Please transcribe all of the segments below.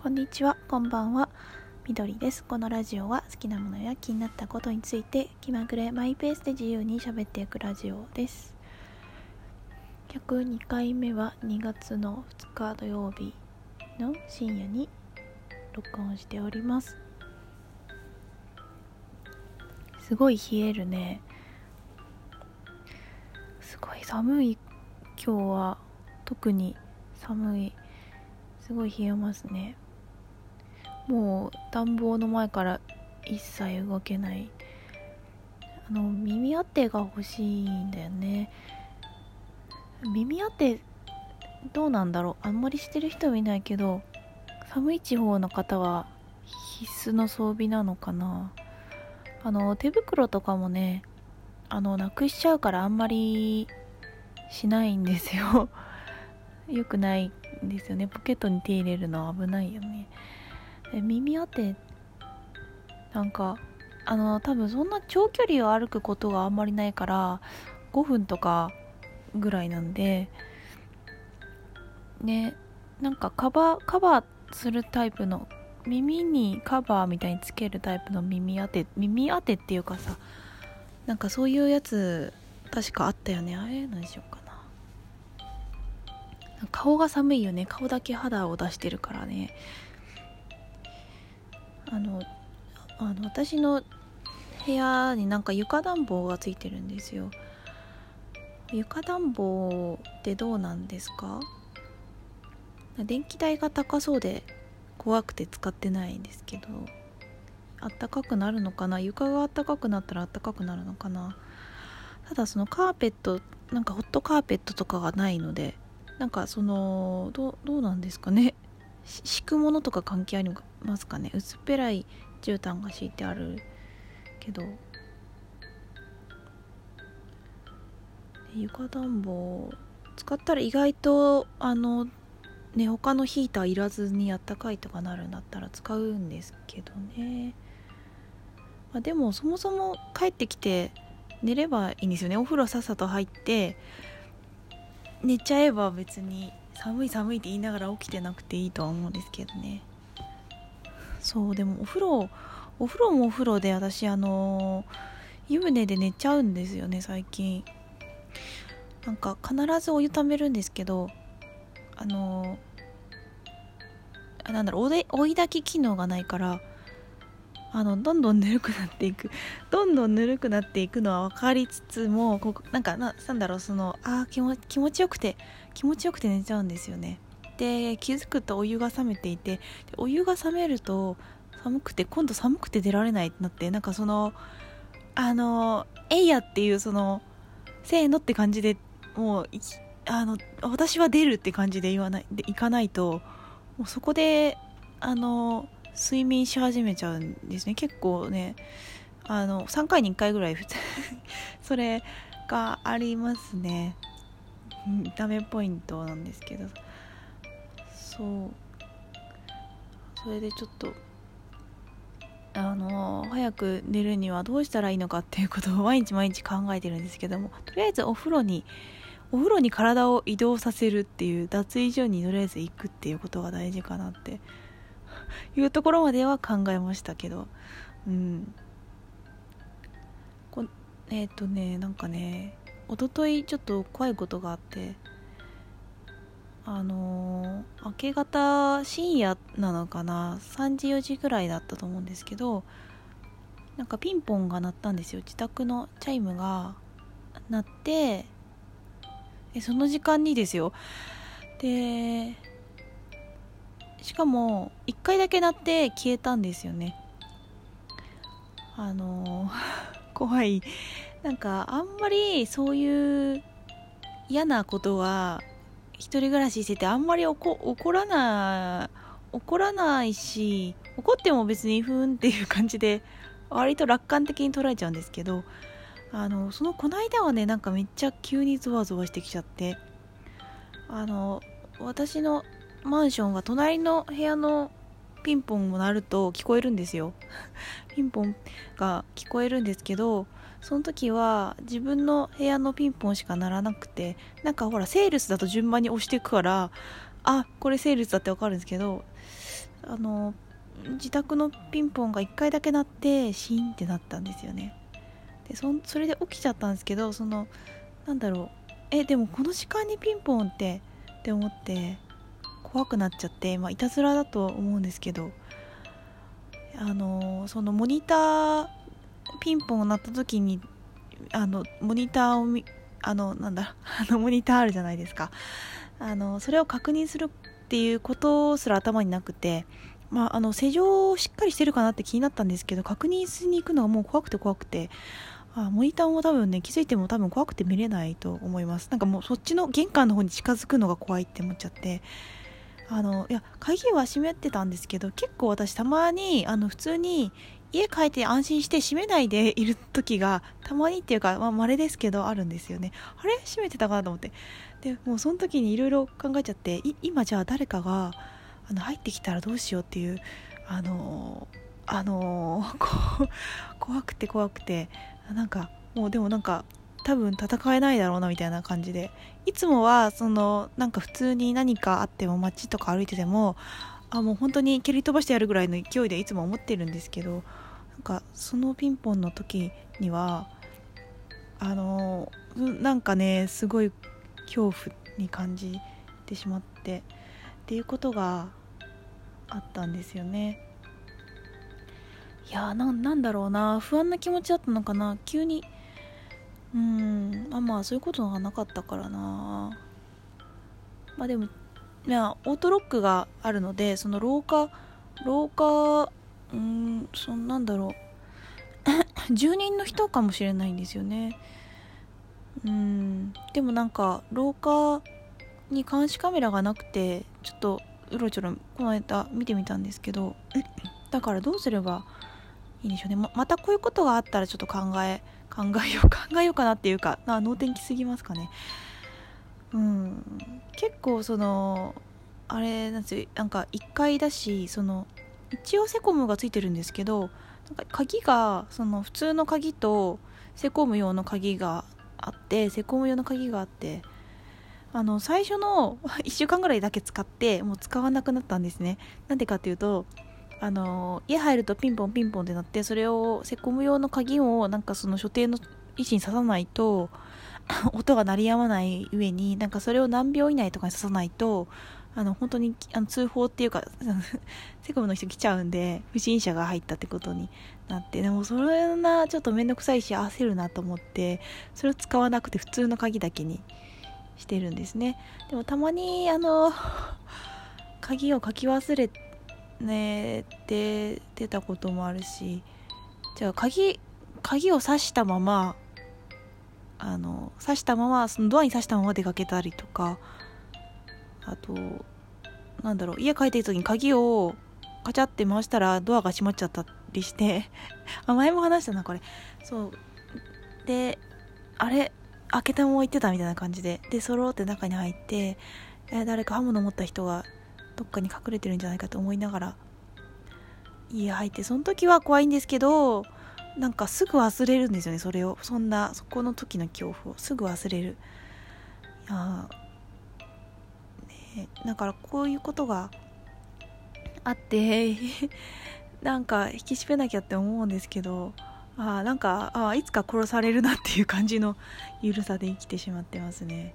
こんにちは、こんばんは。みどりです。このラジオは好きなものや気になったことについて気まぐれマイペースで自由に喋っていくラジオです。102回目は2月の2日土曜日の深夜に録音しております。すごい冷えるね。すごい寒い。今日は特に寒い。すごい冷えますね。もう暖房の前から一切動けない。耳当てが欲しいんだよね。耳当てどうなんだろう。あんまりしてる人はいないけど、寒い地方の方は必須の装備なのかな。手袋とかもね、なくしちゃうからあんまりしないんですよ。よくないんですよね。ポケットに手入れるのは危ないよね。耳当てなんか多分そんな長距離を歩くことがあんまりないから5分とかぐらいなんでね、なんかカバーするタイプの耳にカバーみたいにつけるタイプの耳当てっていうかさ、なんかそういうやつ確かあったよね。あれ何しようかな。顔が寒いよね。顔だけ肌を出してるからね。私の部屋になんか床暖房がついてるんですよ。床暖房ってどうなんですか？電気代が高そうで怖くて使ってないんですけど、あったかくなるのかな。床があったかくなったらあったかくなるのかな。ただそのカーペット、なんかホットカーペットとかがないので、なんかそのどうなんですかね。敷くものとか関係ありますかね。薄っぺらい絨毯が敷いてあるけど、床暖房使ったら意外と他のヒーターいらずにあったかいとかなるんだったら使うんですけどね。でもそもそも帰ってきて寝ればいいんですよね。お風呂さっさと入って寝ちゃえば別に寒いって言いながら起きてなくていいとは思うんですけどね。そうでもお風呂もお風呂で私湯船で寝ちゃうんですよね最近。なんか必ずお湯ためるんですけど、追い炊き機能がないからどんどんぬるくなっていくのは分かりつつも、なんだろう、気持ちよくて寝ちゃうんですよね。で気づくとお湯が冷めていて、お湯が冷めると今度寒くて出られないってなって、なんかえいやっていうせーのって感じでもう私は出るって感じで行かないと、もうそこで睡眠し始めちゃうんですね。結構ね、3回に1回ぐらいそれがありますね。ダメポイントなんですけど、それでちょっと早く寝るにはどうしたらいいのかっていうことを毎日考えてるんですけども、とりあえずお風呂に体を移動させるっていう、脱衣所にとりあえず行くっていうことが大事かなっていうところまでは考えましたけど、なんかね、一昨日ちょっと怖いことがあって、明け方深夜なのかな、3時4時ぐらいだったと思うんですけど、なんかピンポンが鳴ったんですよ。自宅のチャイムが鳴って、その時間にですよ。でしかも1回だけ鳴って消えたんですよね。怖い。なんかあんまりそういう嫌なことは一人暮らししててあんまり起こらないし、怒っても別にふーんっていう感じで割と楽観的に捉えちゃうんですけど、この間はね、なんかめっちゃ急にゾワゾワしてきちゃって、私のマンションは隣の部屋のピンポンも鳴ると聞こえるんですよ。ピンポンが聞こえるんですけど、その時は自分の部屋のピンポンしか鳴らなくて、なんかほらセールスだと順番に押していくから、あ、これセールスだってわかるんですけど、 自宅のピンポンが1回だけ鳴ってシーンってなったんですよね。でそれで起きちゃったんですけど、なんだろう、でもこの時間にピンポンって思って怖くなっちゃって、いたずらだと思うんですけど、そのモニターピンポンが鳴った時にモニターをモニターあるじゃないですか。それを確認するっていうことすら頭になくて、施錠しっかりしてるかなって気になったんですけど、確認しに行くのがもう怖くて、モニターも多分ね、気づいても多分怖くて見れないと思います。なんかもうそっちの玄関の方に近づくのが怖いって思っちゃって、いや鍵は閉めてたんですけど、結構私たまに普通に家帰って安心して閉めないでいる時がたまにっていうか、稀ですけどあるんですよね。あれ閉めてたかなと思って、でもうその時にいろいろ考えちゃって、今じゃあ誰かが入ってきたらどうしようっていう怖くて、なんかもうでもなんか多分戦えないだろうなみたいな感じで、いつもはなんか普通に何かあっても街とか歩いててももう本当に蹴り飛ばしてやるぐらいの勢いでいつも思ってるんですけど、なんかそのピンポンの時にはなんかね、すごい恐怖に感じてしまってっていうことがあったんですよね。いやなんだろうな、不安な気持ちだったのかな、急に。そういうことがなかったからな。でもオートロックがあるので、その廊下なんだろう住人の人かもしれないんですよね。でもなんか廊下に監視カメラがなくて、ちょっとうろちょろこの間見てみたんですけど、だからどうすればいいんでしょうね。またこういうことがあったらちょっと考えようかなっていうか、能天気すぎますかね。結構あれなんですよ、なんか1階だし、一応セコムがついてるんですけど、なんか鍵が普通の鍵とセコム用の鍵があって、最初の1週間ぐらいだけ使ってもう使わなくなったんですね。なんでかっていうと、家入るとピンポンってなって、それをセコム用の鍵をなんか所定の位置に刺さないと音が鳴りやまない上に、なんかそれを何秒以内とかに刺さないと本当に通報っていうかセコムの人来ちゃうんで、不審者が入ったってことになって、でもそれなちょっとめんどくさいし焦るなと思って、それを使わなくて普通の鍵だけにしてるんですね。でもたまに鍵を書き忘れて出たこともあるし、じゃあ鍵を挿したままそのドアに挿したまま出かけたりとか、あと家帰ってる時に鍵をカチャって回したらドアが閉まっちゃったりして前も話したなこれ。そうで、あれ開けたまま行ってたみたいな感じで、そろって中に入って、誰か刃物持った人がどっかに隠れてるんじゃないかと思いながら家入って、その時は怖いんですけど、なんかすぐ忘れるんですよね。そこの時の恐怖をすぐ忘れる。だからこういうことがあってなんか引き締めなきゃって思うんですけど、いつか殺されるなっていう感じの緩さで生きてしまってますね。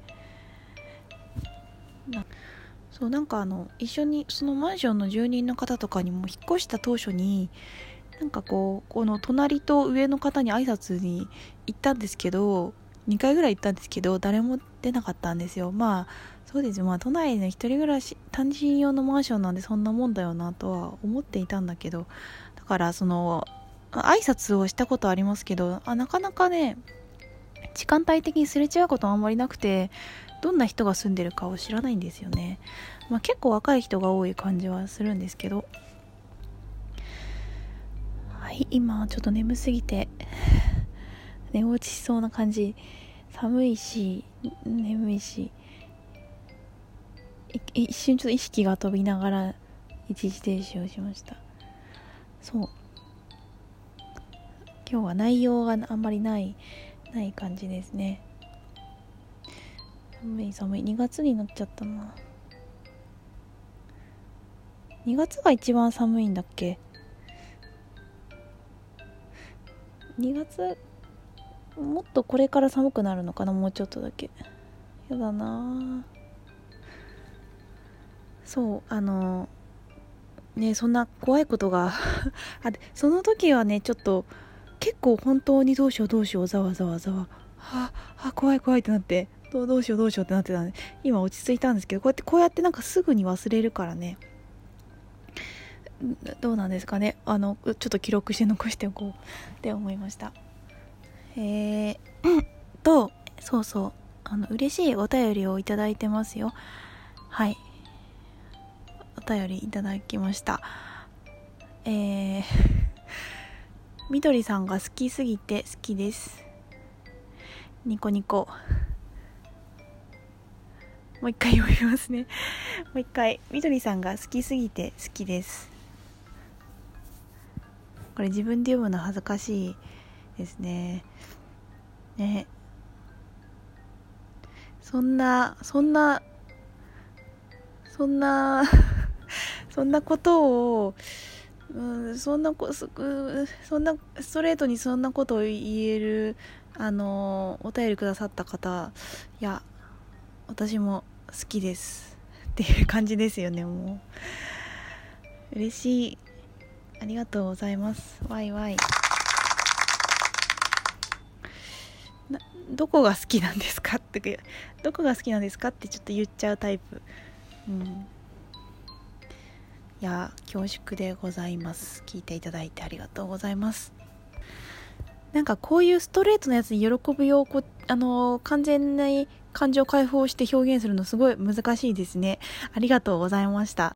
一緒にそのマンションの住人の方とかにも引っ越した当初にこの隣と上の方に挨拶に行ったんですけど、2回ぐらい行ったんですけど誰も出なかったんですよ。そうですよ、都内の一人暮らし単身用のマンションなんでそんなもんだよなとは思っていたんだけど、だから挨拶をしたことありますけど、なかなかね時間帯的にすれ違うことはあんまりなくて、どんな人が住んでるかを知らないんですよね。結構若い人が多い感じはするんですけど、今ちょっと眠すぎて寝落ちしそうな感じ。寒いし眠いし、一瞬ちょっと意識が飛びながら一時停止をしました。今日は内容があんまりない感じですね。寒い2月になっちゃったな。 2月が一番寒いんだっけ。2月もっとこれから寒くなるのかな、もうちょっとだけ。やだな。そうね、そんな怖いことがでその時はね、ちょっと結構本当にどうしようざわざわ怖いってなって、どうしようってなってたんで、今落ち着いたんですけど、こうやってなんかすぐに忘れるからね、どうなんですかね。ちょっと記録して残しておこうって思いました。そう嬉しいお便りをいただいてますよ。はい、お便りいただきました。みどりさんが好きすぎて好きです。ニコニコ。もう一回読みますね。もう一回。みどりさんが好きすぎて好きです。これ自分で読むの恥ずかしいですね。そんなそんなことを、そんなストレートにそんなことを言えるお便りくださった方、いや私も好きですっていう感じですよね。もう嬉しい、ありがとうございます。わいわい。どこが好きなんですかってどこが好きなんですかってちょっと言っちゃうタイプ。いや恐縮でございます。聞いていただいてありがとうございます。なんかこういうストレートなやつに喜びを完全に感情解放して表現するのすごい難しいですね。ありがとうございました。